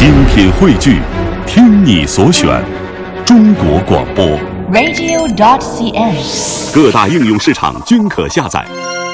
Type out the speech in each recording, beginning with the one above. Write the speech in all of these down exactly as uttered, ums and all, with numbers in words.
精品汇聚，听你所选，中国广播 radio dot c n， 各大应用市场均可下载。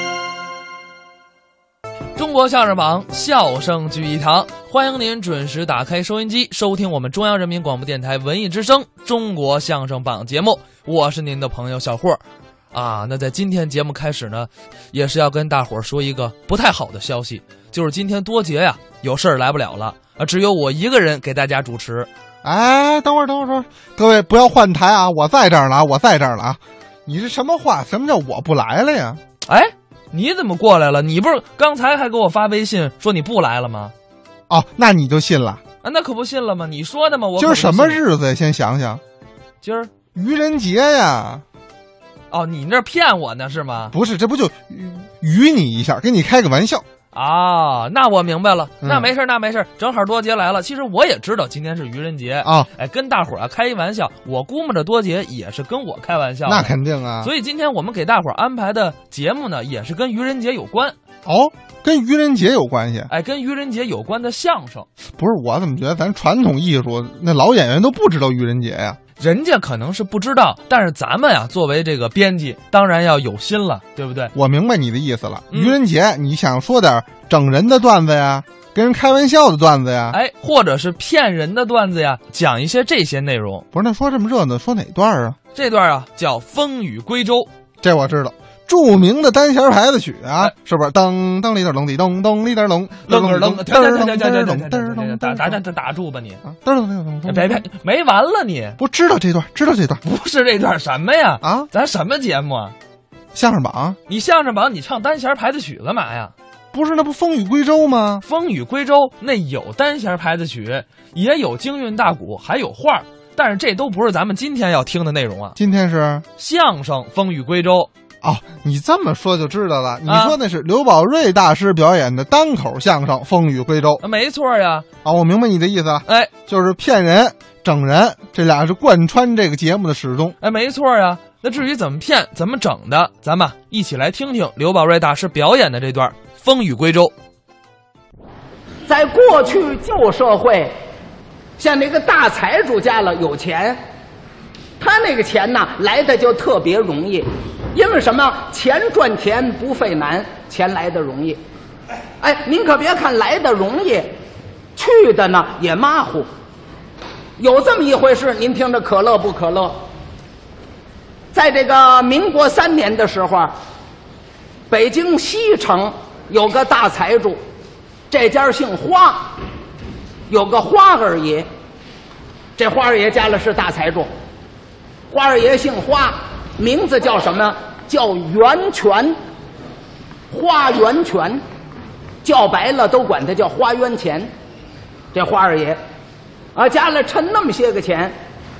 中国相声榜，笑声聚一堂，欢迎您准时打开收音机，收听我们中央人民广播电台文艺之声中国相声榜节目。我是您的朋友小霍啊。那在今天节目开始呢，也是要跟大伙儿说一个不太好的消息，就是今天多节呀，有事儿来不了了啊，只有我一个人给大家主持。 哎，等会儿，等会儿，等会儿，各位不要换台啊！我在这儿了啊，我在这儿了啊！你是什么话？什么叫我不来了呀？ 哎，你怎么过来了？你不是刚才还给我发微信说你不来了吗？ 哦，那你就信了啊？那可不信了吗？你说的吗？我今儿什么日子呀？先想想， 今儿愚人节呀！ 哦，你那骗我呢是吗？ 不是，这不就愚你一下，给你开个玩笑。 啊，那我明白了， 嗯、 那没事，那没事，正好多节来了。其实我也知道今天是愚人节啊， 哎，跟大伙儿啊开一玩笑。我估摸着多节也是跟我开玩笑， 那肯定啊。 所以今天我们给大伙儿安排的节目呢，也是跟愚人节有关。 哦，跟愚人节有关系？ 哎，跟愚人节有关的相声。 不是，我怎么觉得咱传统艺术那老演员都不知道愚人节呀？ 人家可能是不知道，但是咱们呀，作为这个编辑，当然要有心了，对不对？ 我明白你的意思了。 嗯、 愚人节，你想说点整人的段子呀，跟人开玩笑的段子呀， 哎，或者是骗人的段子呀，讲一些这些内容。 不是，那说这么热闹，说哪段啊？ 这段啊叫风雨归舟， 这我知道。著名的单弦牌子曲啊，哎、是不是？噔噔里噔噔里噔噔里噔噔噔噔噔噔噔噔噔噔噔，打打打打住吧你！ 噔噔噔噔， 别别没完了你！ 不知道这段，知道这段， 不是这段什么呀？ 啊， 咱什么节目啊？ 相声榜。 你相声榜你唱单弦牌子曲干嘛呀？ 不是，那不风雨归舟吗？ 风雨归舟那有单弦牌子曲，也有京韵大鼓，还有画，但是这都不是咱们今天要听的内容啊。 今天是相声风雨归舟。 哦，你这么说就知道了。你说那是刘宝瑞大师表演的单口相声《风雨归舟》。 没错呀。 啊，我明白你的意思了。 哎， 就是骗人、整人，这俩是贯穿这个节目的始终。 哎，没错呀。那至于怎么骗、怎么整的，咱们一起来听听刘宝瑞大师表演的这段《风雨归舟》。 在过去旧社会，像那个大财主家了有钱，他那个钱呢来的就特别容易。因为什么？钱赚钱不费难，钱来的容易。哎，您可别看来的容易，去的呢也马虎。有这么一回事，您听着可乐不可乐？在这个民国三年的时候，北京西城有个大财主，这家姓花，有个花二爷。这花二爷家里是大财主，花二爷姓花。名字叫什么？叫源泉，花源泉，叫白了都管他叫花园钱。这花二爷，啊，家里趁那么些个钱，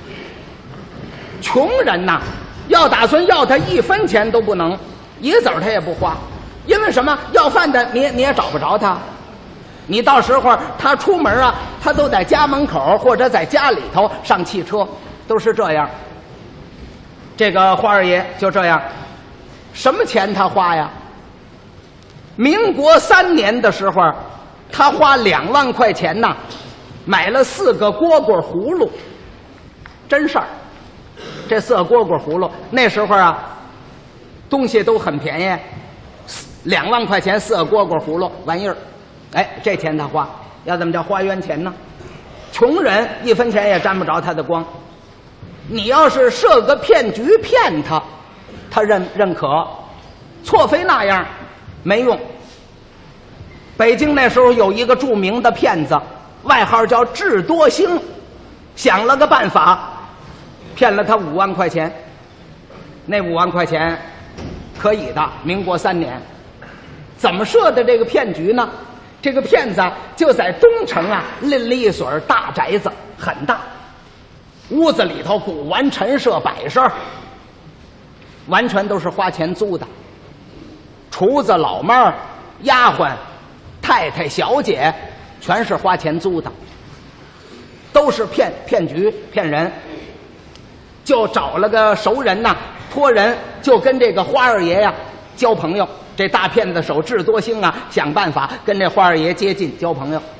穷人呐，要打算要他一分钱都不能，一子儿他也不花，因为什么？要饭的你你也找不着他，你到时候他出门啊，他都在家门口或者在家里头上汽车，都是这样。这个花二爷就这样，什么钱他花呀？民国三年的时候，他花两万块钱呐，买了四个蝈蝈葫芦，真事儿。这四个蝈蝈葫芦那时候啊，东西都很便宜，两万块钱四个蝈蝈葫芦玩意儿，哎，这钱他花，要怎么叫花园钱呢？穷人一分钱也沾不着他的光。你要是设个骗局骗他，他认认可，错非那样没用。北京那时候有一个著名的骗子，外号叫智多星，想了个办法，骗了他五万块钱。那五万块钱可以的，民国三年。怎么设的这个骗局呢？这个骗子就在东城啊拎了一所大宅子，很大，屋子里头古玩陈设摆设，完全都是花钱租的。厨子、老妹儿、丫鬟、太太、小姐，全是花钱租的，都是骗骗局骗人。就找了个熟人呐，托人就跟这个花二爷呀交朋友。这大骗子手智多星啊，想办法跟这花二爷接近交朋友。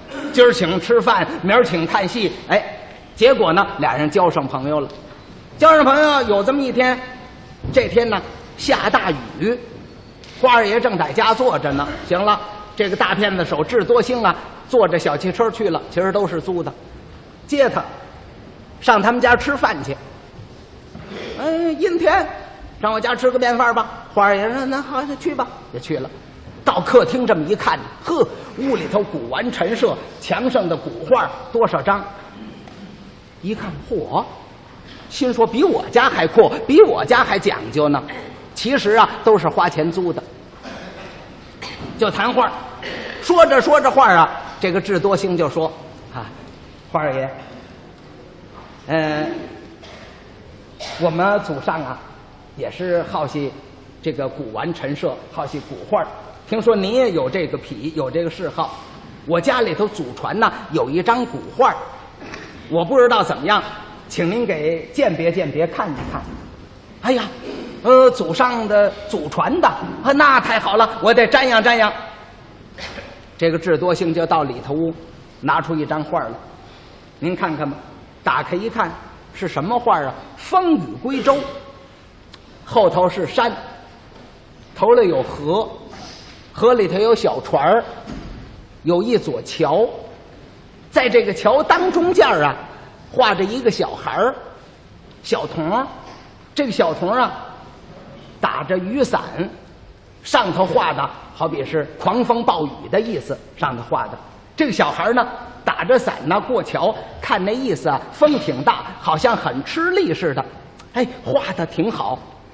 今儿请吃饭，明儿请看戏，哎，结果呢，俩人交上朋友了。交上朋友有这么一天，这天呢下大雨，花二爷正在家坐着呢。行了，这个大骗子手智多星啊，坐着小汽车去了，其实都是租的，接他上他们家吃饭去。哎，阴天，上我家吃个便饭吧。花二爷说：“那好，那去吧。”就去了。到客厅这么一看，呵，屋里头古玩陈设，墙上的古画多少张？一看，嚯！心说比我家还阔，比我家还讲究呢。其实啊，都是花钱租的。就谈话，说着说着话啊，这个智多星就说：“啊，花二爷，嗯、呃，我们祖上啊，也是好奇这个古玩陈设，好奇古画。听说您也有这个癖，有这个嗜好。我家里头祖传呢有一张古画，我不知道怎么样。”请您给鉴别鉴别看一看。哎呀，呃，祖上的祖传的啊，那太好了，我得瞻仰瞻仰。这个智多星就到里头屋，拿出一张画来，您看看吧。打开一看，是什么画啊？风雨归舟，后头是山，头里有河，河里头有小船儿，有一座桥，在这个桥当中间啊。画着一个小孩儿，小童，这个小童啊，打着雨伞，上头画的好比是狂风暴雨的意思，上头画的。这个小孩呢，打着伞呢过桥，看那意思啊，风挺大，好像很吃力似的。哎，画的挺好，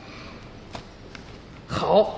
好，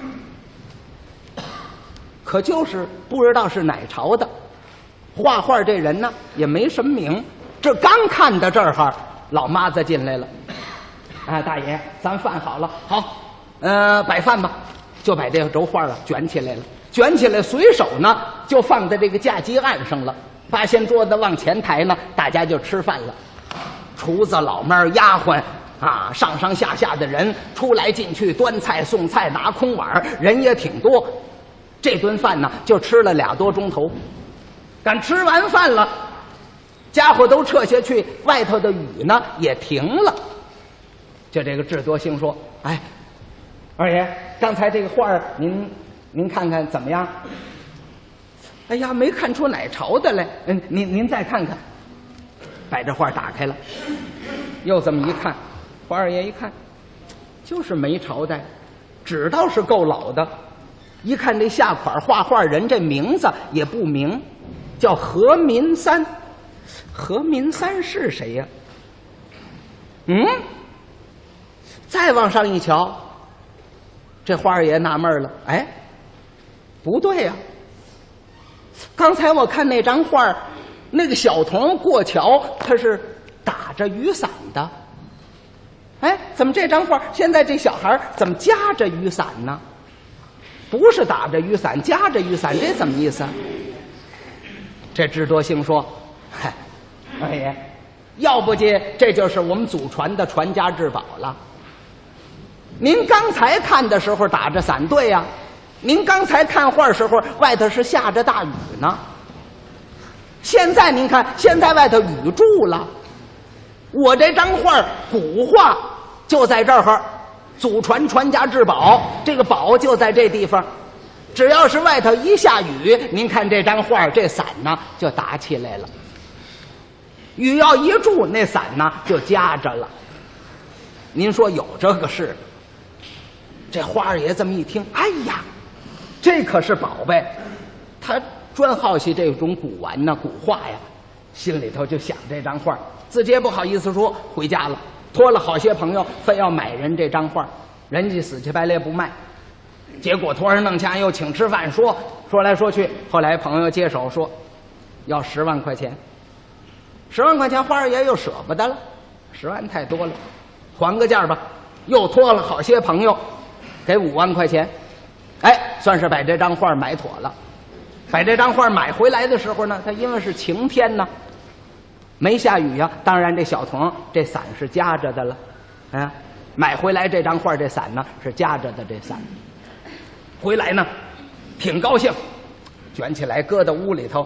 可就是不知道是哪朝的。画画这人呢，也没什么名。这刚看到这儿哈，老妈子进来了。哎，大爷，咱饭好了，好，呃，摆饭吧，就把这个轴画啊卷起来了，卷起来，随手呢就放在这个架机案上了。八仙桌子往前抬呢，大家就吃饭了。厨子、老妹儿、丫鬟啊，上上下下的人出来进去，端菜送菜，拿空碗，人也挺多。这顿饭呢，就吃了俩多钟头。赶吃完饭了。家伙都撤下去，外头的雨呢也停了。就这个智多星说：“哎，二爷，刚才这个画您您看看怎么样？”哎呀，没看出哪朝的来。嗯，您您再看看。把这画打开了，又这么一看，花二爷一看，就是没朝代，知道是够老的。一看这下款画画人这名字也不明，叫何民三。何民三是谁呀？嗯，再往上一瞧，这花二爷纳闷了，哎，不对呀！刚才我看那张画，那个小童过桥，他是打着雨伞的。哎，怎么这张画现在这小孩怎么夹着雨伞呢？不是打着雨伞，夹着雨伞，这怎么意思啊？这智多星说：“嗨。”二爷，要不介，这就是我们祖传的传家之宝了。您刚才看的时候打着伞，对呀、啊。您刚才看画时候，外头是下着大雨呢。现在您看，现在外头雨住了。我这张画古画就在这儿，祖传传家之宝，这个宝就在这地方。只要是外头一下雨，您看这张画，这伞呢就打起来了。雨要一住，那伞呢就夹着了。您说有这个事？这花二爷这么一听，哎呀，这可是宝贝！他专好奇这种古玩呢、古画呀，心里头就想这张画，自己也不好意思说，回家了，托了好些朋友，非要买人这张画，人家死乞白赖不卖。结果托人弄钱又请吃饭，说说来说去，后来朋友接手说要十万块钱。十万块钱，花二爷又舍不得了，十万太多了，还个价吧。又托了好些朋友，给五万块钱，哎，算是把这张画买妥了。把这张画买回来的时候呢，他因为是晴天呢，没下雨呀、啊，当然这小童这伞是夹着的了，啊，买回来这张画这伞呢是夹着的，这伞回来呢挺高兴，卷起来搁到屋里头。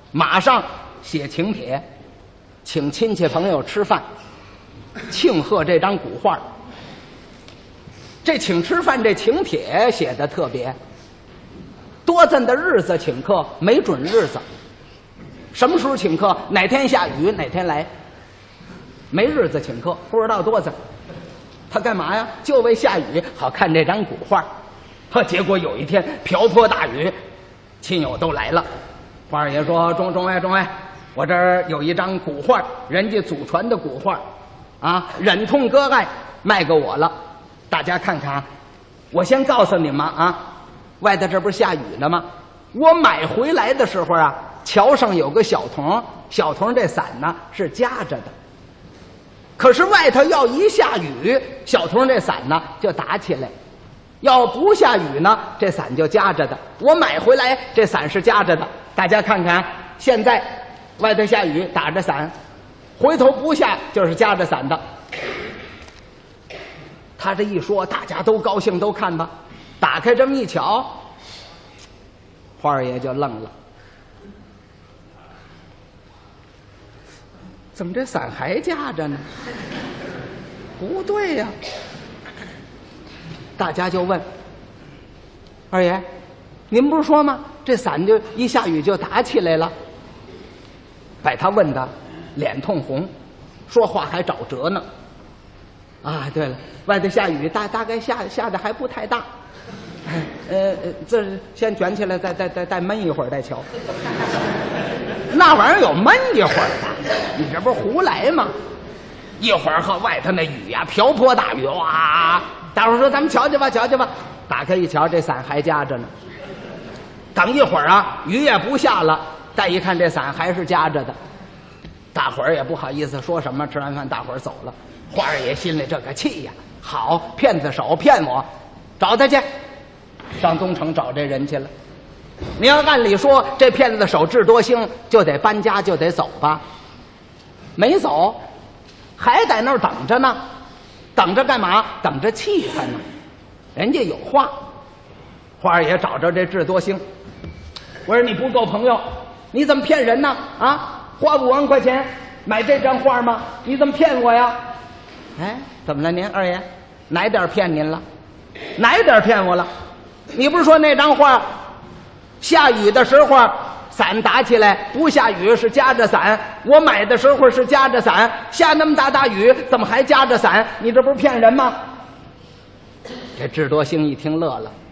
马上写请帖，请亲戚朋友吃饭，庆贺这张古画。这请吃饭这请帖写的特别，多咱的日子请客没准日子，什么时候请客，哪天下雨哪天来，没日子请客，不知道多咱。他干嘛呀？就为下雨好看这张古画。呵，结果有一天瓢泼大雨，亲友都来了。花二爷说：“中中尉中尉，我这儿有一张古画，人家祖传的古画，啊，忍痛割爱卖给我了，大家看看。我先告诉你们啊，外头这不是下雨呢吗？我买回来的时候啊，桥上有个小童，小童这伞呢是夹着的。可是外头要一下雨，小童这伞呢就打起来。要不下雨呢，这伞就夹着的。我买回来这伞是夹着的，大家看看，现在外头下雨打着伞，回头不下就是夹着伞的。他这一说，大家都高兴，都看吧。打开这么一瞧，花二爷就愣了，怎么这伞还夹着呢？不对呀！大家就问二爷：“您不是说吗？这伞就一下雨就打起来了。”把他问的脸通红，说话还找辙呢。啊，对了，外头下雨，大大概下下的还不太大。呃，这先卷起来，再再再再闷一会儿再瞧。那玩意儿有闷一会儿的？你这不是胡来吗？一会儿和外头那雨呀、啊，瓢泼大雨，哇！大伙说：“咱们瞧瞧吧，瞧瞧吧。”打开一瞧，这伞还夹着呢。等一会儿啊，雨也不下了，再一看这伞还是夹着的。大伙儿也不好意思说什么，吃完饭大伙儿走了。花二爷心里这个气呀，好骗子手骗我，找他去，上东城找这人去了。你要按理说这骗子手智多星，就得搬家就得走吧，没走，还在那儿等着呢。等着干嘛？等着气他呢。人家有话。花二爷找着这智多星，我说你不够朋友，你怎么骗人呢？啊，花五万块钱买这张画吗？你怎么骗我呀？哎，怎么了您二爷？哪点骗您了？哪点骗我了？你不是说那张画下雨的时候伞打起来，不下雨是夹着伞，我买的时候是夹着伞，下那么大大雨怎么还夹着伞？你这不是骗人吗？这智多星一听乐了，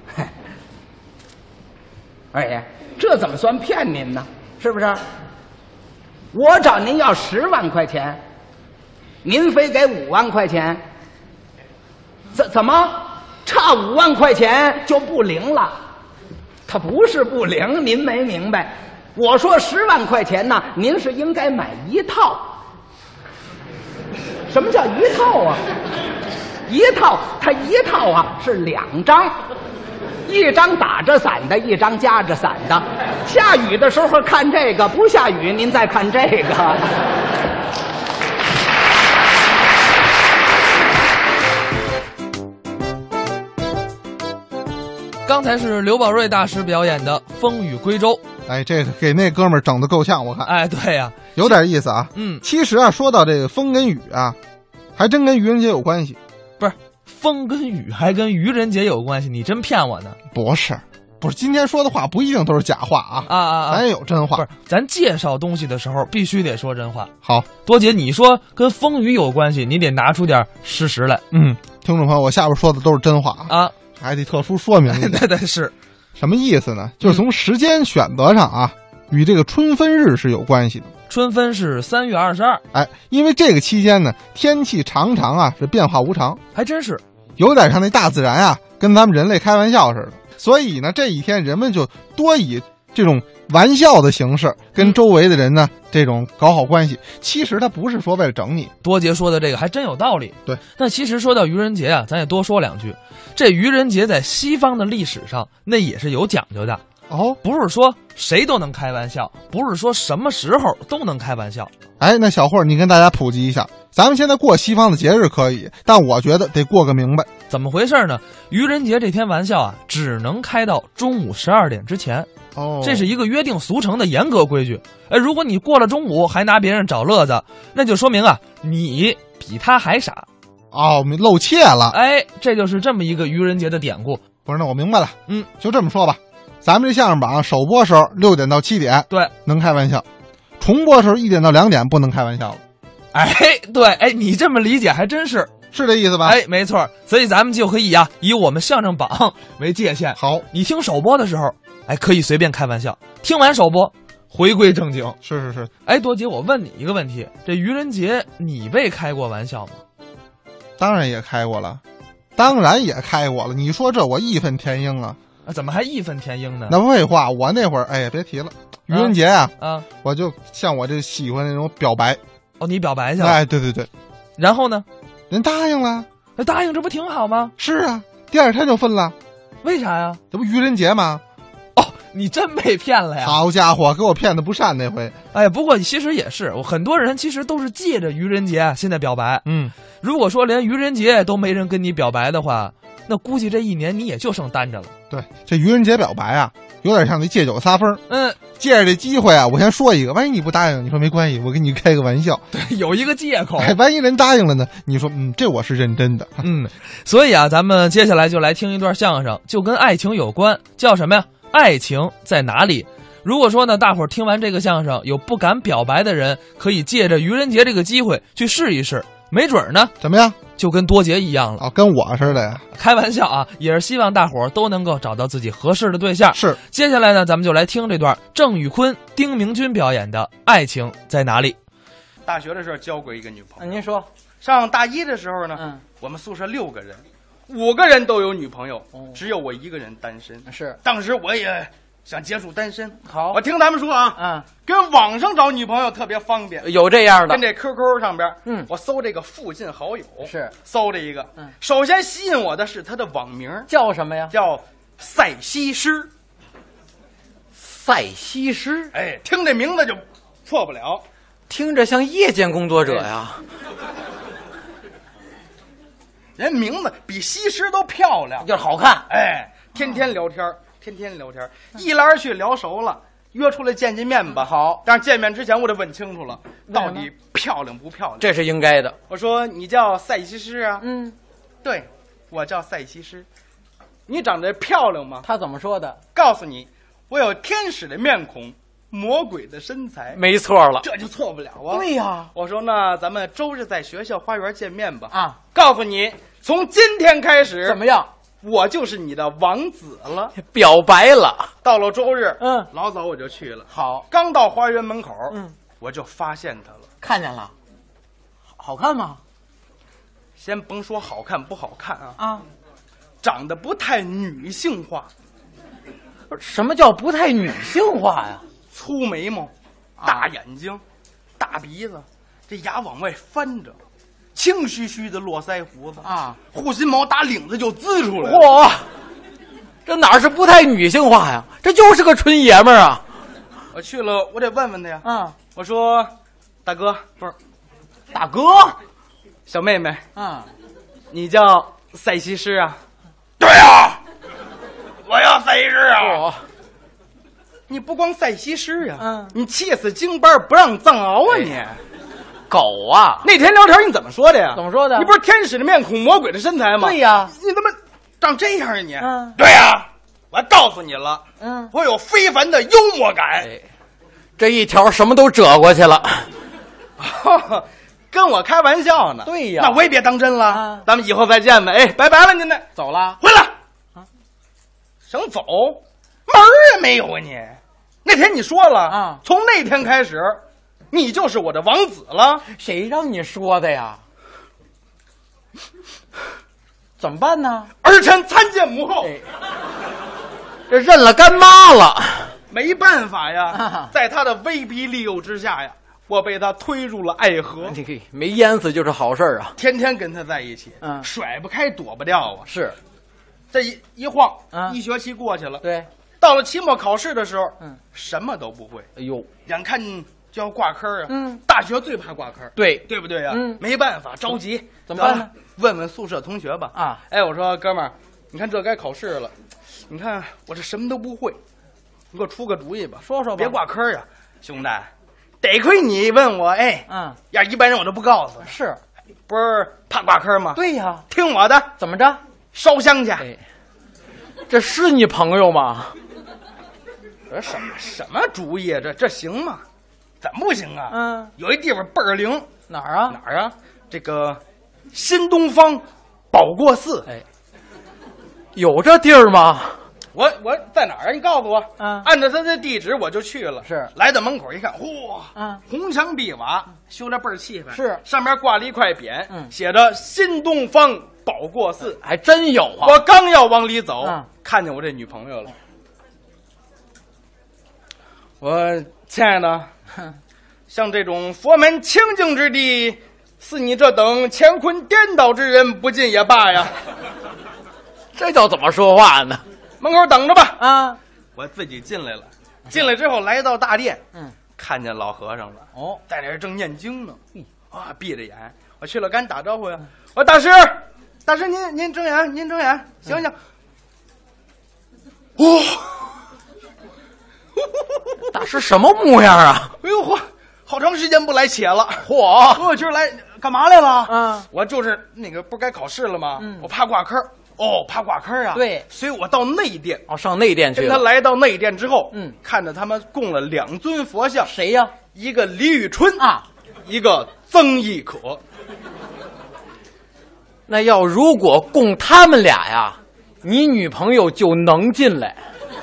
二爷，这怎么算骗您呢？是不是？我找您要十万块钱，您非给五万块钱，怎怎么差五万块钱就不灵了？他不是不灵，您没明白。我说十万块钱呢，您是应该买一套。什么叫一套啊？一套，它一套啊是两张，一张打着伞的，一张夹着伞的。下雨的时候看这个，不下雨您再看这个。 刚才是刘宝瑞大师表演的《风雨归舟》。 哎，这个给那哥们儿整的够呛，我看。 哎，对呀、啊， 有点意思啊。 嗯， 其实啊，说到这个风跟雨啊，还真跟愚人节有关系。 不是，风跟雨还跟愚人节有关系？你真骗我呢？ 不是，不是，今天说的话不一定都是假话啊。 啊啊啊！ 咱也有真话。 不是，咱介绍东西的时候必须得说真话。 好， 多姐，你说跟风雨有关系，你得拿出点事实来。 嗯，听众朋友，我下边说的都是真话啊。 啊。 还得特殊说明一下。 对对是， 什么意思呢？就是从时间选择上啊，与这个春分日是有关系的。 春分是三月二十二。 哎，因为这个期间呢，天气常常啊是变化无常， 还真是有点像那大自然啊跟咱们人类开玩笑似的。所以呢，这一天人们就多以这种玩笑的形式跟周围的人呢这种搞好关系。其实他不是说为了整你。 多杰说的这个还真有道理。 对， 那其实说到愚人节啊，咱也多说两句。这愚人节在西方的历史上那也是有讲究的。 哦， 不是说谁都能开玩笑，不是说什么时候都能开玩笑。 哎，那小慧儿，你跟大家普及一下，咱们现在过西方的节日可以，但我觉得得过个明白。 怎么回事呢？愚人节这天玩笑啊，只能开到中午十二点之前。 哦， 这是一个约定俗成的严格规矩。哎，如果你过了中午还拿别人找乐子，那就说明啊，你比他还傻。 哦，露怯了。 哎，这就是这么一个愚人节的典故。 不是，那我明白了。 嗯， 就这么说吧。咱们这相声榜首播时候六点到七点， 对， 能开玩笑；重播时候一点到两点不能开玩笑了。 哎，对，哎，你这么理解还真是是这意思吧？ 哎，没错。所以咱们就可以啊，以我们相声榜为界限。 好， 你听首播的时候，哎，可以随便开玩笑；听完首播，回归正经。 是是是。 哎，多姐，我问你一个问题：这愚人节你被开过玩笑吗？ 当然也开过了，当然也开过了。你说这我义愤填膺啊！ 啊，怎么还义愤填膺呢？ 那废话，我那会儿哎呀，别提了，愚人节啊， 啊， 我就像我这喜欢那种表白。 哦，你表白去了？ 哎，对对对。 然后呢？ 人答应了。 那答应这不挺好吗？ 是啊，第二天就分了。 为啥呀？ 这不愚人节吗？ 哦，你真被骗了呀！ 好家伙，给我骗的不善那回。 哎呀，不过其实也是，我很多人其实都是借着愚人节现在表白。 嗯， 如果说连愚人节都没人跟你表白的话，那估计这一年你也就剩单着了。 对，这愚人节表白啊，有点像那借酒撒疯。 嗯， 借着这机会啊，我先说一个，万一你不答应，你说没关系，我给你开个玩笑。 对，有一个借口。 哎，万一人答应了呢？你说，嗯，这我是认真的。 嗯，所以啊，咱们接下来就来听一段相声，就跟爱情有关，叫什么呀？爱情在哪里？如果说呢，大伙儿听完这个相声，有不敢表白的人，可以借着愚人节这个机会去试一试，没准儿呢， 怎么样？ 就跟多杰一样了。 哦，跟我似的呀。 开玩笑啊，也是希望大伙儿都能够找到自己合适的对象。 是。 接下来呢，咱们就来听这段郑宇坤、丁明君表演的《爱情在哪里》。 大学的时候交过一个女朋友。 您说， 上大一的时候呢， 嗯， 我们宿舍六个人，五个人都有女朋友，哦、只有我一个人单身。 是。 当时我也想结束单身。 好， 我听他们说啊， 嗯， 跟网上找女朋友特别方便， 有这样的。 跟这 Q Q 上边， 嗯， 我搜这个附近好友， 是搜了一个， 嗯， 首先吸引我的是他的网名， 叫什么呀？ 叫赛西施。 赛西施， 哎，听这名字就错不了， 听着像夜间工作者呀。 人名字比西施都漂亮， 就是好看。 哎，天天聊天。天天聊天，一来二去聊熟了，约出来见见面吧。 好， 但是见面之前我得问清楚了，到底漂亮不漂亮？ 这是应该的。 我说你叫赛西施啊？ 嗯， 对，我叫赛西施。你长得漂亮吗？ 他怎么说的？ 告诉你，我有天使的面孔，魔鬼的身材。 没错了， 这就错不了啊。 对呀， 我说那咱们周日在学校花园见面吧。 啊， 告诉你，从今天开始怎么样？ 我就是你的王子了， 表白了。 到了周日， 嗯， 老早我就去了。 好， 刚到花园门口， 嗯， 我就发现他了。 看见了，好看吗？ 先甭说好看不好看啊， 啊， 长得不太女性化。 什么叫不太女性化呀？ 粗眉毛，大眼睛，啊、大鼻子，这牙往外翻着。青须须的络腮胡子啊， 护心毛打领子就滋出来了。 嚯，这哪是不太女性化呀？这就是个纯爷们儿啊！ 我去了，我得问问他呀。 嗯， 我说，大哥，不是， 大哥， 小妹妹， 嗯， 你叫赛西施啊？对啊，我要赛西施啊！你不光赛西施呀， 嗯， 你气死京班不让藏獒啊你！ 哎狗啊！ 那天聊天你怎么说的呀？ 怎么说的？ 你不是天使的面孔，魔鬼的身材吗？ 对呀， 你怎么长这样啊你？ 嗯， 对呀，我告诉你了， 嗯， 我有非凡的幽默感。 哎、这一条什么都折过去了， 跟我开玩笑呢。 对呀， 那我也别当真了。 啊、 咱们以后再见吧。哎，拜拜了您呢？ 走了？ 回来。啊，想走？门儿也没有啊你！那天你说了啊， 从那天开始。你就是我的王子了？ 谁让你说的呀？怎么办呢？ 儿臣参见母后。 哎、这认了干妈了， 没办法呀， 啊、 在他的威逼利诱之下呀，我被他推入了爱河。 你没淹死就是好事啊！ 天天跟他在一起， 嗯， 甩不开，躲不掉啊。 是， 这一一晃， 啊、 一学期过去了。 对， 到了期末考试的时候， 嗯， 什么都不会。 哎呦， 眼看就要挂科啊， 嗯， 大学最怕挂科， 对对不对呀？ 嗯， 没办法，着急， 怎么办呢？ 问问宿舍同学吧。 啊， 哎，我说哥们儿，你看这该考试了，你看我这什么都不会，你给我出个主意吧， 说说吧。 别挂科呀，兄弟，得亏你问我，哎， 嗯， 要一般人我都不告诉。 是， 不是怕挂科吗？ 对呀， 听我的， 怎么着？ 烧香去。 哎，这是你朋友吗？ 这什么什么主意啊？这这行吗？怎么不行啊？ 嗯， 有一地方倍儿灵， 哪儿啊？ 哪儿啊？这个新东方保过寺。 哎，有这地儿吗？ 我我在哪儿啊？你告诉我。 嗯， 按照他的地址我就去了。 是， 来到门口一看，嚯， 嗯， 红墙碧瓦，修得倍儿气派。 是， 上面挂了一块匾， 嗯， 写着新东方保过寺。 还真有啊！ 我刚要往里走， 嗯， 看见我这女朋友了。我亲爱的，像这种佛门清净之地，似你这等乾坤颠倒之人，不进也罢呀。 这叫怎么说话呢？ 门口等着吧。 啊， 我自己进来了。进来之后，来到大殿， 嗯， 看见老和尚了。 哦， 在那儿正念经呢。 嗯， 啊，闭着眼，我去了，赶紧打招呼呀。我说大师，大师您您睁眼，您睁眼，醒醒。哦。 大师什么模样啊？ 哎呦嚯，好长时间不来且了。 嚯， 我今儿来干嘛来了？ 嗯， 我就是那个不该考试了吗？ 嗯， 我怕挂科。哦，怕挂科啊？ 对， 所以我到内殿。 哦，上内殿去了。 跟他来到内殿之后， 嗯， 看着他们供了两尊佛像。 谁呀？ 一个李宇春啊， 一个曾轶可。 那要如果供他们俩呀，你女朋友就能进来。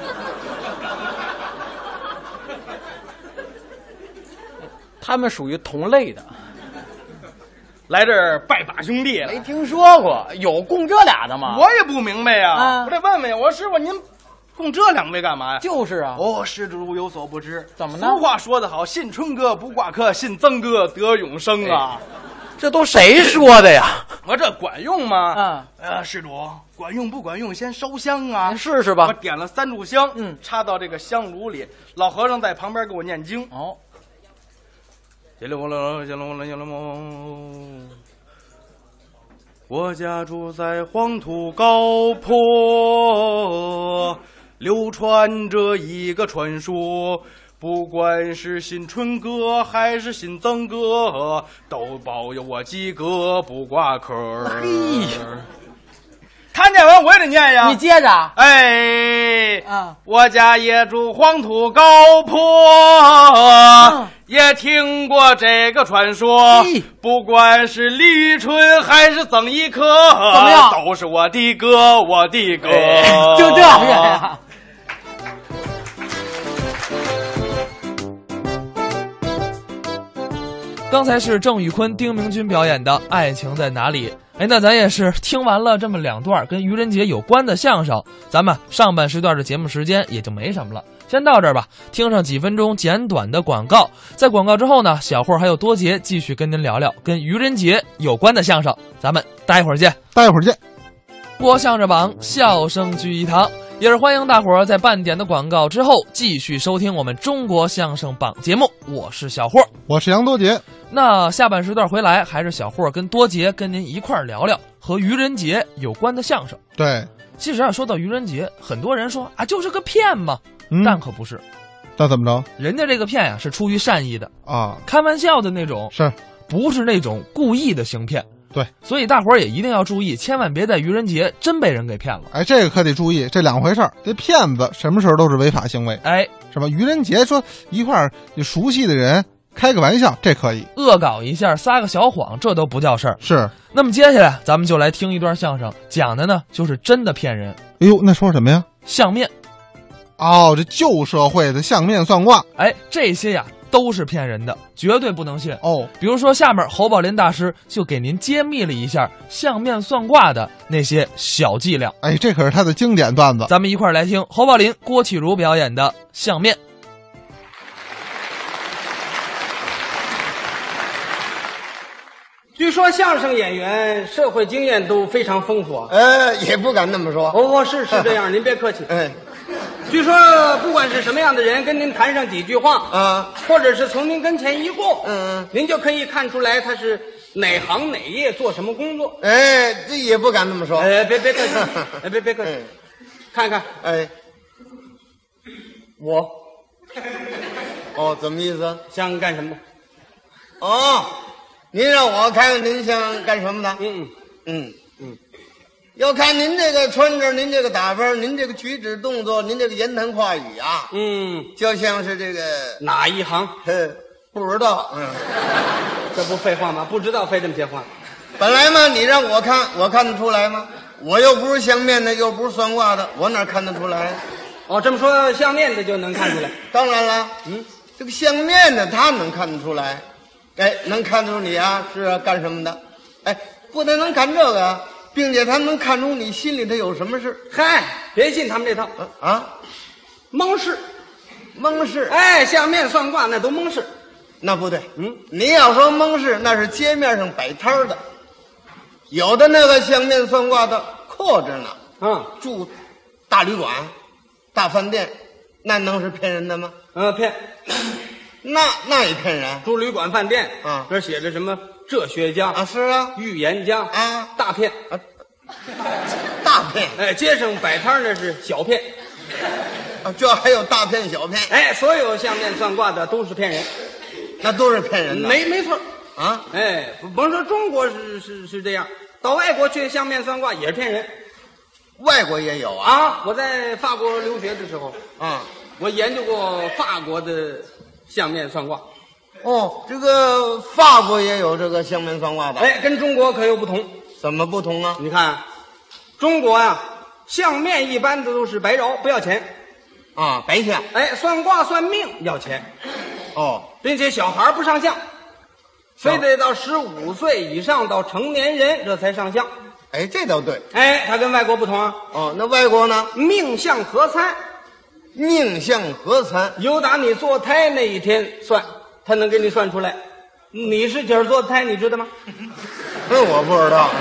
他们属于同类的， 来这儿拜把兄弟了。 没听说过有供这俩的吗？ 我也不明白呀、 啊， 我得问问呀。我说师傅，您供这两位干嘛呀？ 就是啊。 哦，施主有所不知， 怎么呢？ 俗话说得好，信春哥不挂科，信曾哥得永生啊。 哎、这都谁说的呀？ 我这管用吗？ 啊， 呃，施主管用不管用？先烧香啊， 您试试吧。 我点了三炷香， 嗯， 插到这个香炉里。老和尚在旁边给我念经。 哦。 耶喽喽，耶喽喽，耶喽喽。我家住在黄土高坡，流传着一个传说，不管是信春哥还是信曾哥，都保佑我及格不挂科。 嘿， 他念完我也得念呀。 你接着。 哎， 啊， 我家也住黄土高坡。 啊， 也听过这个传说，不管是李宇春还是曾轶可， 怎么样， 都是我的哥，我的哥， 哎、就这个呀。 刚才是郑宇坤、丁明君表演的《爱情在哪里》。哎，那咱也是听完了这么两段跟愚人节有关的相声，咱们上半时段的节目时间也就没什么了，先到这儿吧。听上几分钟简短的广告，在广告之后呢，小霍还有多杰继续跟您聊聊跟愚人节有关的相声，咱们待会儿见。 待会儿见。 播相声榜，笑声聚一堂，也是欢迎大伙儿在半点的广告之后继续收听我们中国相声榜节目。我是小霍， 我是杨多杰。 那下半时段回来，还是小霍跟多杰跟您一块儿聊聊和愚人节有关的相声。 对， 其实啊，说到愚人节，很多人说啊，就是个骗嘛， 嗯、 但可不是。 那怎么着？ 人家这个骗呀、啊，是出于善意的啊， 开玩笑的那种， 是不是那种故意的行骗？ 对， 所以大伙儿也一定要注意，千万别在愚人节真被人给骗了。 哎，这个可得注意，这两回事儿。这骗子什么时候都是违法行为。 哎， 什么愚人节说一块儿熟悉的人开个玩笑，这可以； 恶搞一下，撒个小谎，这都不叫事儿。 是。 那么接下来咱们就来听一段相声，讲的呢就是真的骗人。 哎呦，那说什么呀？ 相面。 哦，这旧社会的相面算卦。 哎，这些呀都是骗人的，绝对不能信哦。 比如说下面侯宝林大师就给您揭秘了一下相面算卦的那些小伎俩。 哎，这可是他的经典段子， 咱们一块儿来听侯宝林、郭启儒表演的相面。 据说相声演员社会经验都非常丰富。 呃，也不敢那么说。 哦，是是这样，您别客气。 嗯， 据说不管是什么样的人跟您谈上几句话啊， 或者是从您跟前一过， 嗯， 您就可以看出来他是哪行哪业做什么工作。 哎，这也不敢这么说。 哎，别别客气，哎，别别客气， 嗯看看哎， 我哦，怎么意思？ 想干什么的？ 哦，您让我看看您想干什么的？ 嗯嗯嗯，要看您这个穿着，您这个打扮，您这个举止动作，您这个言谈话语啊， 嗯， 就像是这个， 哪一行？ 哼，不知道。嗯， 这不废话吗？不知道非这么些话。 本来嘛，你让我看，我看得出来吗？我又不是相面的，又不是算卦的，我哪看得出来？ 哦，这么说相面的就能看出来。 当然了， 嗯， 这个相面的他能看得出来，哎，能看出你啊是啊干什么的，哎，不但能看这个，并且他能看出你心里头有什么事嗨，别信他们这套， 啊啊， 蒙事。 蒙事。 哎，相面算卦那都蒙事。 那不对， 嗯， 你要说蒙事，那是街面上摆摊儿的，有的那个相面算卦的阔着呢， 嗯住大旅馆、大饭店，那能是骗人的吗？ 呃，骗那那也骗人住旅馆饭店啊这写着什么哲学家啊！是啊， 预言家啊大骗啊，大骗哎，街上摆摊那是小骗。 啊，这还有大骗小骗， 哎，所有相面算卦的都是骗人， 那都是骗人的。 没没错。 啊， 哎，甭说中国是是是这样，到外国去相面算卦也是骗人外国也有啊啊！我在法国留学的时候， 啊我研究过法国的相面算卦， 哦，这个法国也有这个相面算卦的， 哎，跟中国可有不同。 怎么不同啊？ 你看，中国呀、相面一般的都是白饶，不要钱。 啊，白相哎，算卦算命要钱， 哦， 并且小孩不上相，非得到十五岁以上到成年人这才上相。 哎，这倒对哎，它跟外国不同啊， 哦。那外国呢？ 命相合参， 命相合参由打你做胎那一天算，他能给你算出来。你是几儿做的胎，你知道吗？ 这我不知道。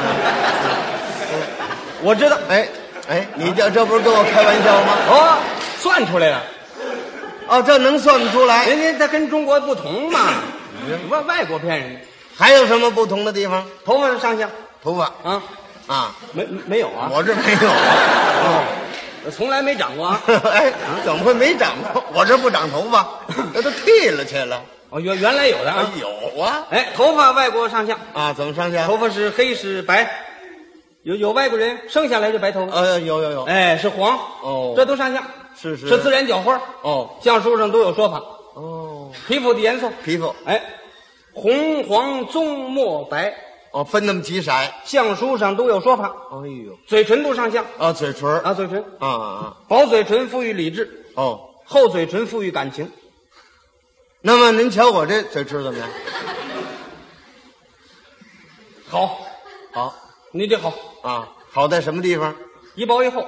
我知道。 哎哎，你这这不是跟我开玩笑吗？ 哦，算出来了。 哦，这能算得出来？ 人家他跟中国不同嘛，外外国骗人， 还有什么不同的地方？ 头发上相头发啊， 啊， 没没有啊？ 我这没有。 哦，我从来没长过啊。 哎，怎么会没长过？我这不长头发，这都剃了去了。 哦，原原来有的啊。 有啊哎，头发外国上相， 啊，怎么上相？ 头发是黑是白，有有外国人生下来就白头发， 呃，有有有。 哎，是黄哦这都上相， 是是是自然角花， 哦相书上都有说法。 哦， 皮肤的颜色， 皮肤哎，红黄棕墨白， 哦，分那么几色。哎相书上都有说法。 呦， 嘴唇都上相啊，嘴唇儿啊，嘴唇， 啊啊薄嘴唇富于理智， 哦。 厚嘴唇富于感情。 那么您瞧我这嘴唇怎么样？ 好， 好你这好， 啊，好在什么地方？ 一薄一厚。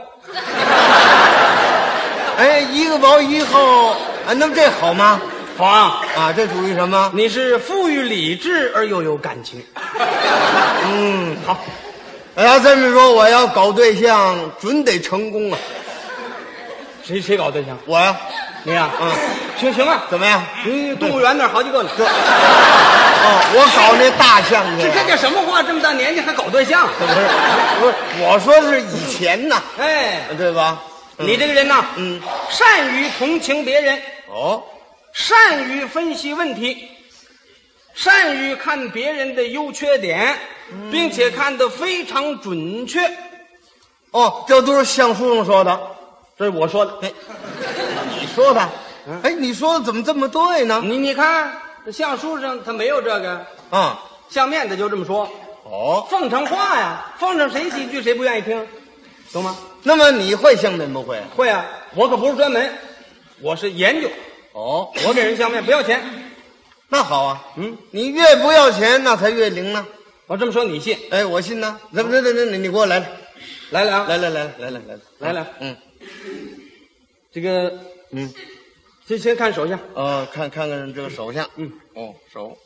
哎，一个薄一厚，啊，那么这好吗？ 好啊， 啊，这属于什么？ 你是富于理智而又有感情。 嗯，好。哎呀，这么说我要搞对象，准得成功啊！ 谁谁搞对象？ 我呀， 你呀、 嗯， 行行啊， 怎么样？ 你动物园那儿好几个呢。 哦，我搞那大象去。 这这叫什么话？这么大年纪还搞对象？ 不是不是，我说是以前呐， 哎， 对吧？ 你这个人呐， 嗯， 善于同情别人， 哦， 善于分析问题，善于看别人的优缺点，并且看得非常准确。 哦，这都是相书上说的。 这是我说的。 哎，你说的？哎，你说的怎么这么对呢？ 你你看，这相书上他没有这个， 啊， 相面的就这么说， 哦， 奉承话呀，奉承谁几句谁不愿意听，懂吗？ 那么你会相面不会？ 会啊，我可不是专门，我是研究， 哦， 我给人相面不要钱。 那好啊， 嗯， 你越不要钱，那才越灵呢。 我这么说你信？ 哎，我信呢。来，来来来，你你给我来来来了啊， 来来来来来来来来来， 嗯这个嗯， 先先看手相， 呃，看看看这个手相， 嗯， 哦，手，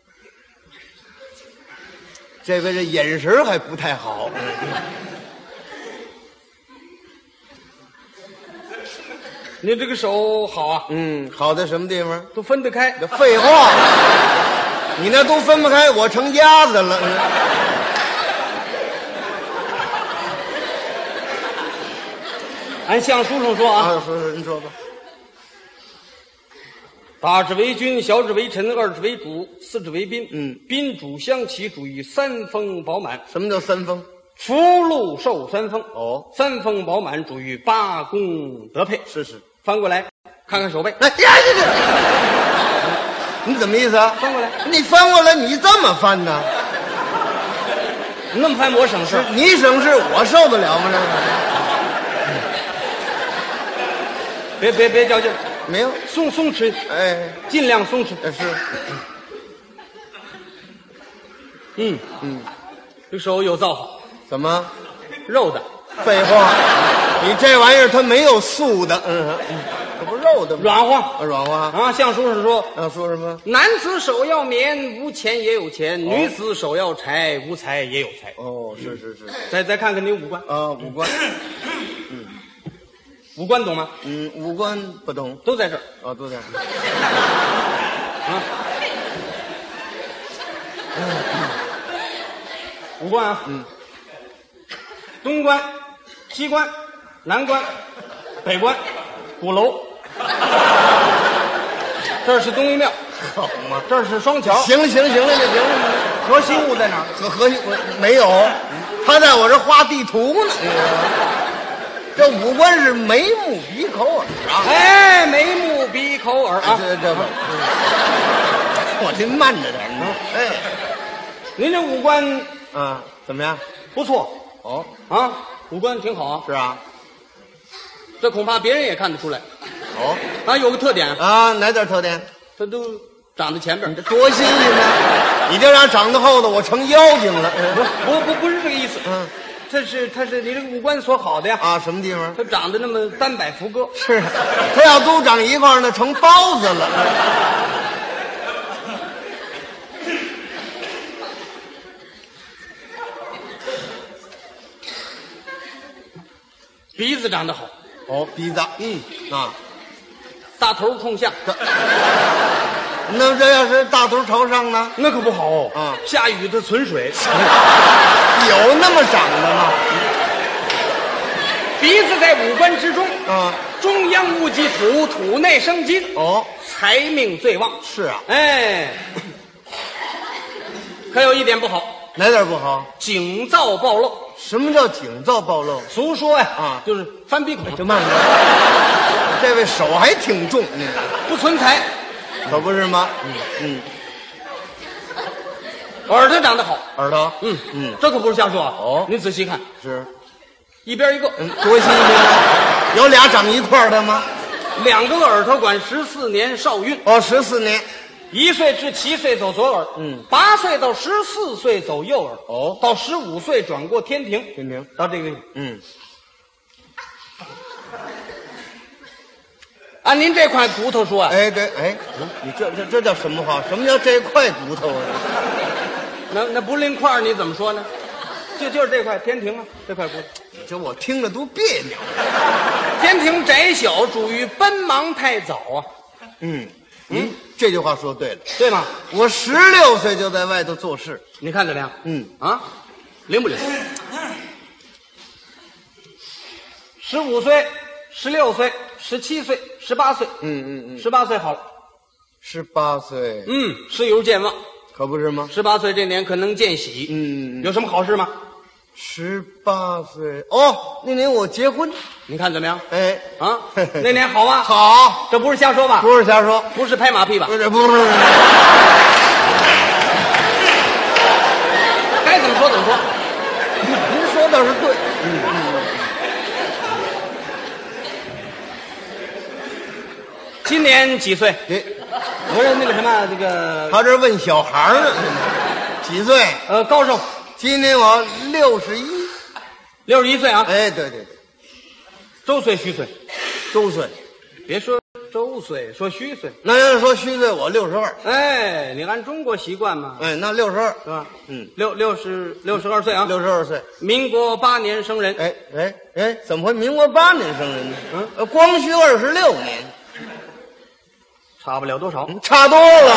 这位这眼神还不太好。 你这个手好啊， 嗯，好在什么地方？ 都分得开。 废话，你那都分不开，我成鸭子了。 按相书上说啊， 啊，说说您说吧。 大指为君，小指为臣，二指为主，四指为宾。 嗯， 宾主相齐，主于三丰饱满。 什么叫三丰？ 福禄寿三丰。 哦， 三丰饱满，主于八公德配。 是是。 翻过来看看手背。 哎呀，这个，你怎么意思啊？ 翻过来， 你翻过来，你这么翻呢？ 你那么翻我省事， 你省事，我受得了吗？这个。 别别别较劲， 没有松松弛， 哎， 尽量松弛。 是， 嗯嗯，这手有造好， 怎么？ 肉的。 废话，你这玩意儿它没有素的，嗯，这不肉的吗？ 软和， 啊，软和啊。相书上说， 啊，说什么？ 男子手要棉，无钱也有钱； 哦、 女子手要财，无财也有财。 哦，是是是。 再再看看你五官啊，五官， 嗯，五官懂吗？ 嗯，五官不懂， 都在这儿。 啊，都在这儿。 啊，五官啊， 嗯， 东关、西关、南关、北关、鼓楼，这是东一庙， 好嘛， 这是双桥。 行了行了行了，这行了。 核心物在哪儿？ 核核心没有，他在我这画地图呢。这五官是眉目鼻口耳啊！ 哎，眉目鼻口耳啊！ 这这不，我这慢着点呢。哎， 您这五官啊，怎么样？ 不错哦啊，五官挺好啊。 是啊， 这恐怕别人也看得出来。 哦， 啊，有个特点啊，哪点特点？ 它都长在前边， 你这多新鲜呢！你这让长到后头，我成妖精了。 不不不是这个意思。 嗯。 这是他是你这个五官所好的呀啊，什么地方？ 他长得那么单摆福歌， 是，他要都长一块儿，那成包子了。 鼻子长得好， 哦，鼻子，嗯啊， 大头冲下， 那这要是大头朝上呢？ 那可不好哦啊， 下雨它存水， 有那么长的吗？ 鼻子在五官之中， 啊， 中央戊己土，土内生金， 哦， 财命最旺。 是啊， 哎，可有一点不好， 哪点不好？ 颈燥暴露。 什么叫颈燥暴露？ 俗说呀， 啊， 就是翻鼻孔。 就慢点，这位手还挺重，嗯， 不存财， 可不是吗？嗯嗯， 耳朵长得好， 耳朵， 嗯嗯， 这可不是瞎说啊。 哦， 您仔细看， 是一边一个， 嗯，多新鲜啊！有俩长一块儿的吗？ 两个耳朵管十四年少运。 哦，十四年， 一岁至七岁走左耳， 嗯， 八岁到十四岁走右耳， 哦， 到十五岁转过天庭， 天庭到这个， 嗯， 按您这块骨头说啊， 哎对，哎，你这这这叫什么话？什么叫这块骨头啊？ 那那不拎块你怎么说呢？就就是这块天庭啊，这块骨头。 这我听着都别扭。 天庭窄小，属于奔忙太早啊。 嗯，您这句话说对了， 对吗？ 我十六岁就在外头做事。 你看怎么样？ 嗯啊，灵不灵？十五岁、十六岁、十七岁、十八岁， 嗯嗯嗯， 十八岁好了， 十八岁， 嗯，事由健忘， 可不是吗？ 十八岁这年可能见喜， 嗯，嗯有什么好事吗？ 十八岁哦，那年我结婚， 你看怎么样？ 哎啊，那年好啊， 好， 这不是瞎说吧？ 不是瞎说， 不是拍马屁吧？ 不是不是， 该怎么说怎么说。 您说倒是对，嗯嗯。 今年几岁？ 哎， 我是那个什么，这个他这问小孩儿呢，几岁？ 呃高寿， 今年我六十一。 六十一岁啊。 哎，对对对， 周岁虚岁， 周岁。 别说周岁，说虚岁。 那要是说虚岁，我六十二。 哎，你按中国习惯嘛， 哎，那六十二是吧？ 嗯， 六六十六十二岁啊， 六十二岁。 民国八年生人。 哎哎哎，怎么会民国八年生人呢？ 嗯， 呃，光绪二十六年， 差不了多少。 差多了。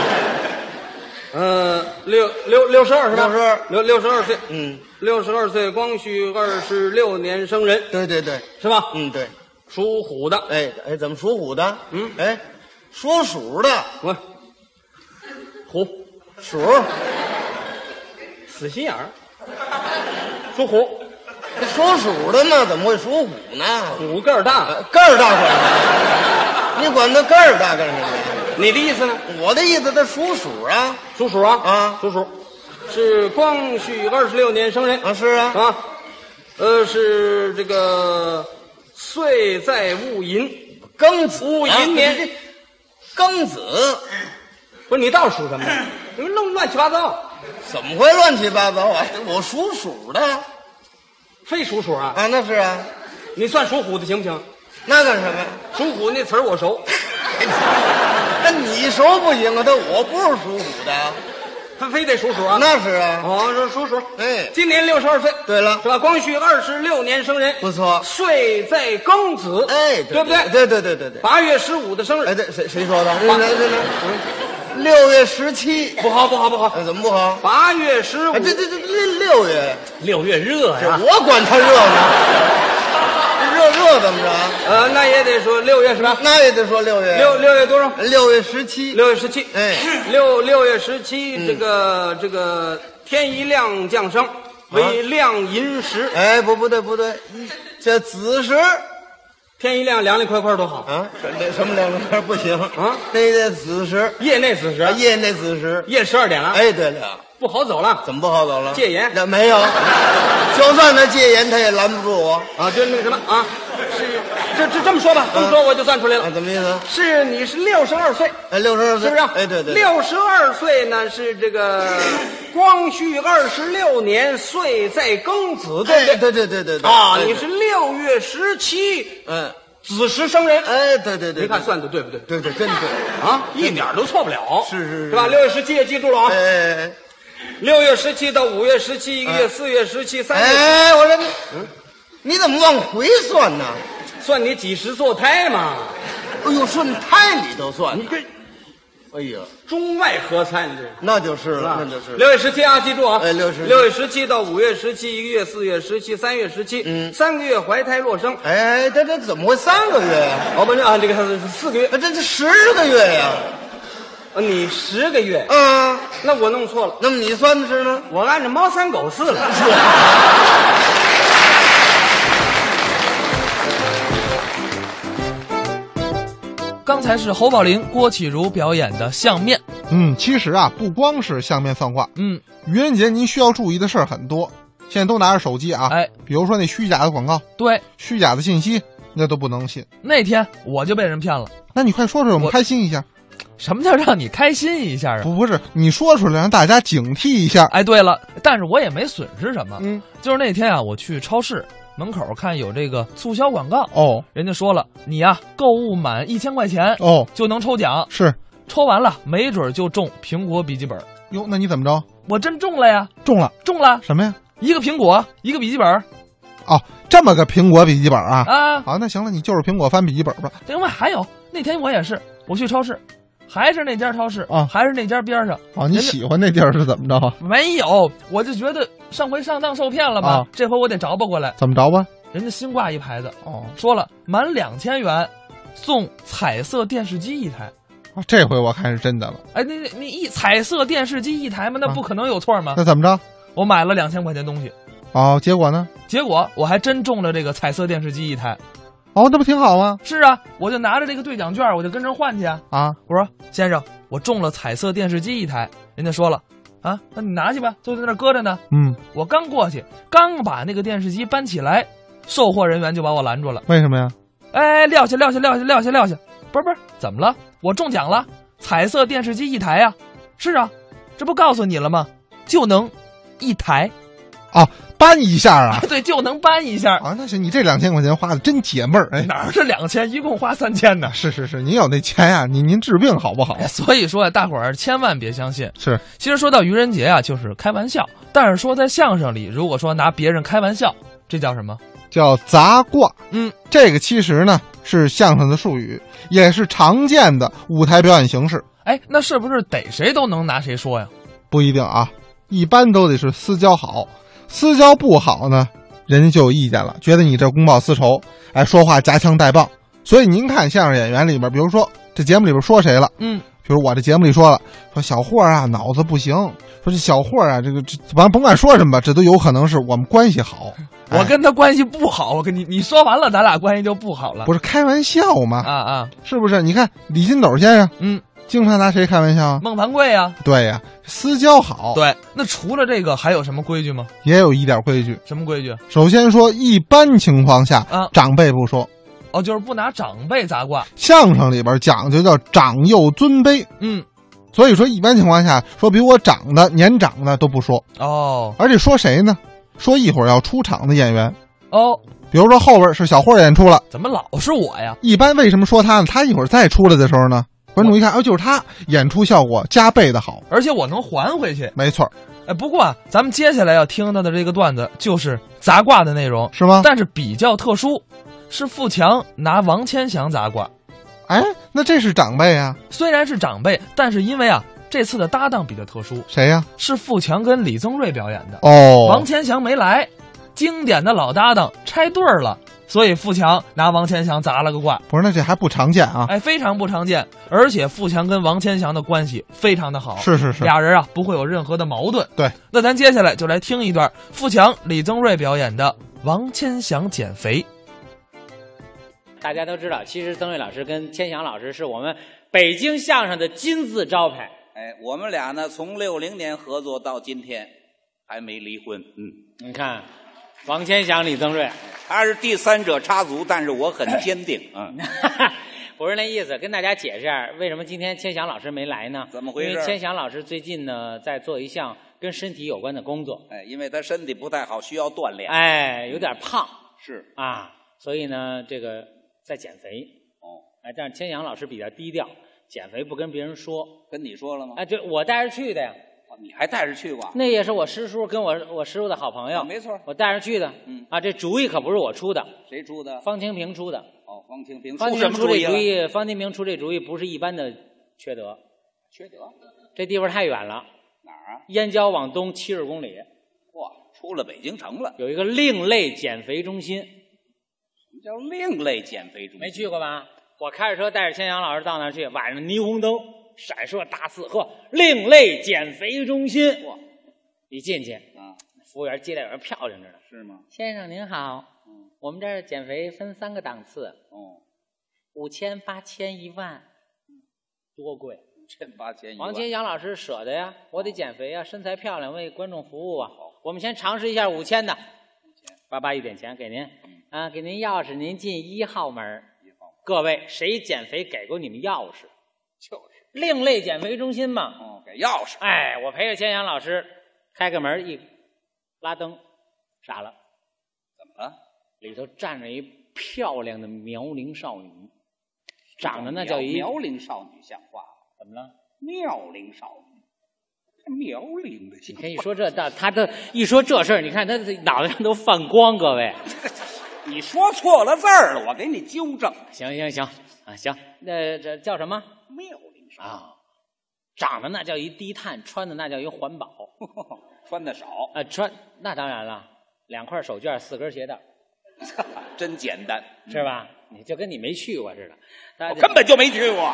嗯，六六六十二是吧？ 六十二， 六六十二岁。 嗯， 六十二岁，光绪二十六年生人， 对对对， 是吧？ 嗯对。 属虎的。 哎哎，怎么属虎的？ 嗯， 哎，属鼠的。 我虎鼠， 死心眼儿，属虎。 属鼠的呢，怎么会属虎呢？ 虎个儿大， 个儿大管什么？你管它个儿大干什么？ 你的意思呢？ 我的意思，它属鼠啊。 属鼠啊啊， 属鼠，是光绪二十六年生人啊，是啊啊，呃，是这个岁在戊寅， 庚子， 戊寅年， 啊、庚子， 不是你倒属什么？你们弄乱七八糟， 怎么会乱七八糟啊？我属鼠的， 非属鼠啊？ 啊，那是啊， 你算属虎的行不行？ 那干什么？ 属虎那词儿我熟。 那你熟不行啊？他我不是属虎的， 他非得属鼠啊？ 那是啊。 哦，这属鼠。 哎， 今年六十二岁。 对了， 是吧？光绪二十六年生人， 不错。 岁在庚子， 哎， 对不对？ 对对对对对。 八月十五的生日。 哎，对，谁谁说的？来来来，六月十七， 不好不好不好。 哎，怎么不好？ 八月十五。 哎，对对对，六六月， 六月热呀。 我管它热呢。热热怎么着？ 呃，那也得说六月是吧？ 那也得说六月。 六六月多少？ 六月十七。 六月十七。 哎， 六六月十七，这个这个天一亮降生为亮寅时。 哎，不不对不对，这子时。 天一亮，凉凉快快多好啊！什什么凉凉快不行啊？ 那得子时， 夜内子时， 夜内子时， 夜十二点了。 哎，对了， 不好走了。 怎么不好走了？ 戒严？ 那没有，就算他戒严，他也拦不住我啊！就那个什么啊，是这这这么说吧，这么说我就算出来了。 啊，怎么意思？ 是你是六十二岁， 哎，六十二岁， 是不是？ 哎，对对。 六十二岁呢是这个光绪二十六年，岁在庚子，对不对？ 对对对对对。 啊，你是六月十七， 嗯。 子时生人， 哎，对对对， 你看算的对不对？ 对对，真对啊，一点都错不了。 是是是吧？六月十七也记住了啊。 哎哎， 六月十七到五月十七，一个月，四月十七，三月。 哎，我说你，嗯，你怎么往回算呢？ 算你几时坐胎嘛？ 哎呦，顺胎里头算。 你这， 哎呀， 中外合参这。 那就是了，那就是。 六月十七啊，记住啊！ 哎，六十。 六月十七到五月十七，一个月，四月十七，三月十七， 嗯， 三个月怀胎落生。 哎，这这怎么会三个月呀？ 哦，不是啊，这个是四个月。 这这十个月呀？ 啊，你十个月。 啊， 那我弄错了。 那么你算的是呢？ 我按照猫三狗四了。 刚才是侯宝林、郭启儒表演的相面。 嗯，其实啊，不光是相面算卦， 嗯， 愚人节您需要注意的事儿很多。现在都拿着手机啊， 哎， 比如说那虚假的广告， 对， 虚假的信息，那都不能信。 那天我就被人骗了。 那你快说说，我们开心一下。 什么叫让你开心一下啊？ 不不是，你说出来让大家警惕一下。 哎，对了，但是我也没损失什么。 嗯， 就是那天啊，我去超市门口看有这个促销广告哦， 人家说了，你呀、啊、购物满一千块钱哦就能抽奖， 是抽完了没准就中苹果笔记本。 哟，那你怎么着？ 我真中了呀！ 中了， 中了什么呀？ 一个苹果，一个笔记本。 哦，这么个苹果笔记本啊！ 啊， 好，那行了，你就是苹果翻笔记本吧。 另外还有那天我也是，我去超市。还是那家超市啊， 还是那家边上啊？你喜欢那地儿是怎么着啊？ 没有，我就觉得上回上当受骗了嘛， 啊、 这回我得找补过来。 怎么着吧？ 人家新挂一牌子哦， 说了满两千元送彩色电视机一台。 啊，这回我看是真的了。 哎，你你一彩色电视机一台嘛，那不可能有错吗？ 啊、那怎么着？ 我买了两千块钱东西。 哦，结果呢？ 结果我还真中了这个彩色电视机一台。 哦，那不挺好吗？ 是啊，我就拿着这个兑奖券，我就跟人换去啊。 啊， 我说先生，我中了彩色电视机一台。人家说了，啊，那你拿去吧，就在那搁着呢。 嗯， 我刚过去，刚把那个电视机搬起来，售货人员就把我拦住了。 为什么呀？ 哎，撂下，撂下，撂下，撂下，撂下！不是不是，怎么了？我中奖了，彩色电视机一台呀、啊。是啊，这不告诉你了吗？就能一台。 哦， 搬一下啊？ 对，就能搬一下啊。那行，你这两千块钱花的真解闷儿。哎， 哪是两千，一共花三千呢？ 是是是，您有那钱呀、啊，您您治病好不好？ 哎、所以说呀，大伙儿千万别相信。 是， 其实说到愚人节啊，就是开玩笑。但是说在相声里，如果说拿别人开玩笑，这叫什么？ 叫砸卦。 嗯， 这个其实呢是相声的术语，也是常见的舞台表演形式。 哎，那是不是逮谁都能拿谁说呀？ 不一定啊，一般都得是私交好，私交不好呢，人家就有意见了，觉得你这公报私仇，哎，说话夹枪带棒。所以您看相声演员里边，比如说这节目里边说谁了， 嗯， 比如我这节目里说了，说小霍啊脑子不行，说这小霍啊这个这完甭管说什么吧，这都有可能是我们关系好。 我跟他关系不好，我跟你你说完了，咱俩关系就不好了。 不是开玩笑吗？ 啊啊， 是不是？你看李金斗先生， 嗯， 经常拿谁开玩笑啊？ 孟凡贵呀， 对呀，私交好。 对，那除了这个还有什么规矩吗？ 也有一点规矩。 什么规矩？ 首先说，一般情况下， 啊， 长辈不说。 哦，就是不拿长辈砸卦。 相声里边讲究叫长幼尊卑。 嗯， 所以说一般情况下，说比我长的、年长的都不说。 哦， 而且说谁呢？说一会儿要出场的演员。 哦， 比如说后边是小霍演出了， 怎么老是我呀？ 一般为什么说他呢？他一会儿再出来的时候呢，观众一看，哦，就是他，演出效果加倍的好， 而且我能还回去。 没错。 哎，不过啊，咱们接下来要听到的这个段子就是砸卦的内容， 是吗？ 但是比较特殊，是富强拿王千祥砸卦。 哎，那这是长辈啊？ 虽然是长辈，但是因为啊，这次的搭档比较特殊。 谁呀、啊？ 是富强跟李增瑞表演的。 哦， 王千祥没来。经典的老搭档拆对儿了，所以富强拿王千祥砸了个卦。 不是，那这还不常见啊？ 哎，非常不常见，而且富强跟王千祥的关系非常的好， 是是是， 俩人啊不会有任何的矛盾。 对， 那咱接下来就来听一段富强、李增瑞表演的王千祥减肥。 大家都知道，其实曾瑞老师跟千祥老师是我们北京相声的金字招牌。 哎，我们俩呢，从六零年合作到今天，还没离婚。嗯， 你看。王千祥、李增瑞， 他是第三者插足，但是我很坚定啊。嗯、 不是那意思，跟大家解释下，为什么今天千祥老师没来呢？ 怎么回事？ 因为千祥老师最近呢，在做一项跟身体有关的工作。 哎，因为他身体不太好，需要锻炼。 哎，有点胖。 是啊，所以呢，这个在减肥。 哦， 哎，但是千祥老师比较低调，减肥不跟别人说。 跟你说了吗？ 哎，就我带着去的呀。 你还带着去过？ 那也是我师叔跟我我师傅的好朋友， 哦、没错， 我带着去的。 嗯啊，这主意可不是我出的， 谁出的？ 方清平出的。 哦，方清平。 方清平出这主意，方清平出这主意不是一般的缺德。 缺德？ 这地方太远了。 哪儿啊？ 燕郊往东七十公里。 哇，出了北京城了。 有一个另类减肥中心。 什么叫另类减肥中心？ 没去过吧？我开着车带着千阳老师到那儿去，晚上霓虹灯闪烁大字，呵，另类减肥中心。 哇！ 一进去啊， 服务员接待员漂亮着呢。 是吗？ 先生您好， 嗯， 我们这儿减肥分三个档次， 哦， 五千、八千、一万，多贵？ 五千、八千、一万。 王千祥老师舍得呀，我得减肥呀，身材漂亮，为观众服务啊。我们先尝试一下五千的，爸爸一点钱给您， 嗯、 啊，给您钥匙，您进一号门。 一号门。 各位，谁减肥给过你们钥匙？ 就是另类减肥中心嘛。 哦，给钥匙。 哎，我陪着千祥老师。开个门一拉灯，傻了， 怎么了？ 里头站着一漂亮的苗龄少女，长得那叫一苗龄少女像话了？ 怎么了？ 妙龄少女，苗龄的。 你看一说这，他他这一说这事儿，你看他脑袋上都泛光，各位。 你说错了字儿了，我给你纠正。 行行行啊，行，那这叫什么？ 妙龄少女啊。长得那叫一低碳，穿的那叫一环保， 穿的少。 呃，穿那当然了，两块手绢，四根鞋带， 真简单， 是吧？你就跟你没去过似的， 我根本就没去过。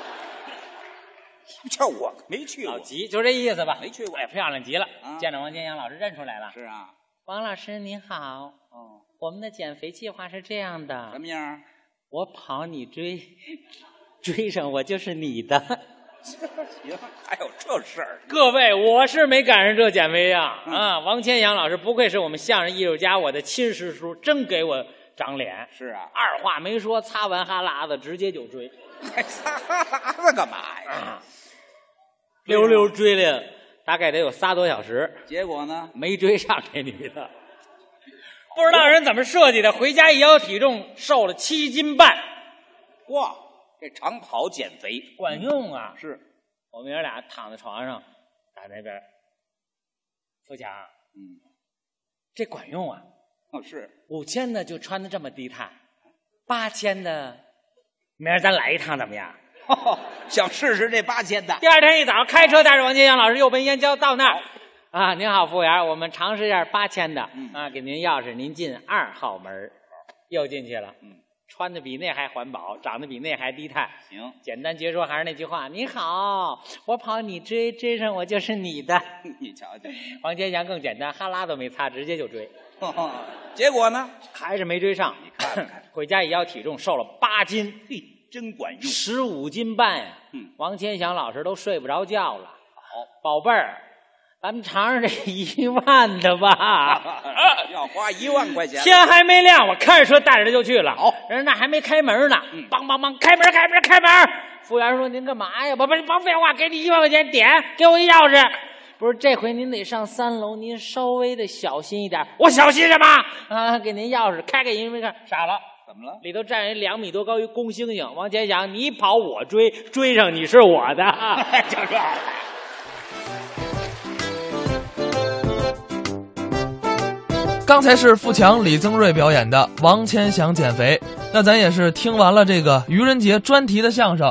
叫我没去过， 老急就这意思吧？ 没去过。 哎，漂亮极了， 啊、 见着王建阳老师认出来了。 是啊， 王老师您好。 哦， 我们的减肥计划是这样的。 什么样？ 我跑你追，追上我就是你的。 行，还有这事儿？ 各位，我是没赶上这减肥呀！嗯、啊，王千阳老师不愧是我们相声艺术家，我的亲师叔，真给我长脸。 是啊， 二话没说，擦完哈喇子直接就追。 还擦哈喇子干嘛呀？啊、 溜溜追了大概得有仨多小时， 结果呢， 没追上这女的。 不知道人怎么设计的，回家一摇体重瘦了七斤半。 哇，这长跑减肥管用啊！ 是， 我们爷俩躺在床上，在那边，富强， 嗯， 这管用啊！ 哦，是五千的就穿的这么低碳，八千的，明儿咱来一趟怎么样？ 哦，想试试这八千的。 第二天一早，开车带着王金阳老师又奔燕郊到那儿。啊，您好，服务员，我们尝试一下八千的、嗯、啊，给您钥匙，您进二号门，又进去了。嗯，穿的比那还环保，长得比那还低碳。 行， 简单结说还是那句话，你好，我跑你追，追上我就是你的。 你瞧瞧， 王建祥更简单，哈喇都没擦，直接就追。 哦、结果呢， 还是没追上。 你看看， 回家一摇体重，瘦了八斤， 嘿，真管用， 十五斤半呀、啊。 嗯， 王千祥老师都睡不着觉了。 好， 宝贝儿。咱们尝尝这一万的吧， 要花一万块钱。 天还没亮，我开着车带着他就去了。 好， 人那还没开门呢， 嗯， 梆梆梆，开门，开门，开门！服务员说：“您干嘛呀？不不，甭废话，给你一万块钱，点，给我一钥匙。不是，这回您得上三楼，您稍微的小心一点。我小心什么？啊，给您钥匙，开给您没看，傻了。” 怎么了？ 里头站人两米多高一公猩猩，王千祥，你跑我追，追上你是我的， 就这。 刚才是富强、李增瑞表演的王千祥减肥，那咱也是听完了这个愚人节专题的相声，